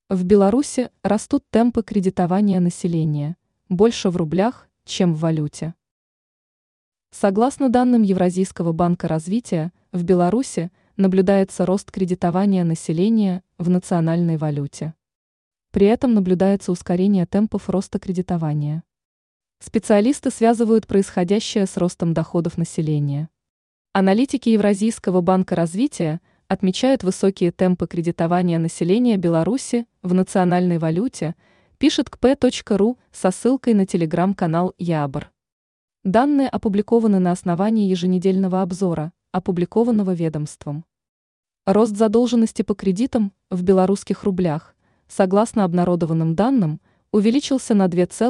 В Беларуси растут темпы кредитования населения, больше в рублях, чем в валюте. Согласно данным Евразийского банка развития, в Беларуси наблюдается рост кредитования населения в национальной валюте. При этом наблюдается ускорение темпов роста кредитования. Специалисты связывают происходящее с ростом доходов населения. Аналитики Евразийского банка развития отмечают высокие темпы кредитования населения Беларуси в национальной валюте, пишет kp.ru со ссылкой на телеграм-канал Ябр. Данные опубликованы на основании еженедельного обзора, опубликованного ведомством. Рост задолженности по кредитам в белорусских рублях, согласно обнародованным данным, увеличился на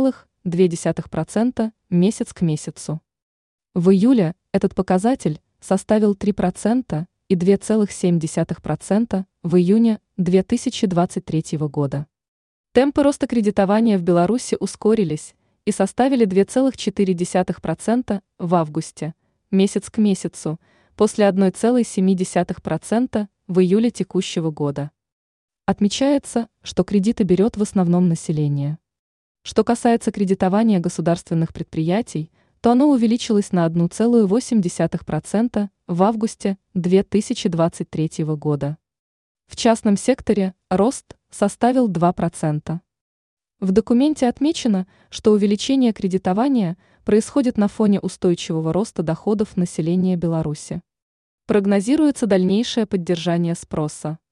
2,2% месяц к месяцу. В июле этот показатель составил 3% и 2,7% в июне 2023 года. Темпы роста кредитования в Беларуси ускорились и составили 2,4% в августе, месяц к месяцу, после 1,7% в июле текущего года. Отмечается, что кредиты берет в основном население. Что касается кредитования государственных предприятий, то оно увеличилось на 1,8% в августе 2023 года. В частном секторе рост составил 2%. В документе отмечено, что увеличение кредитования происходит на фоне устойчивого роста доходов населения Беларуси. Прогнозируется дальнейшее поддержание спроса.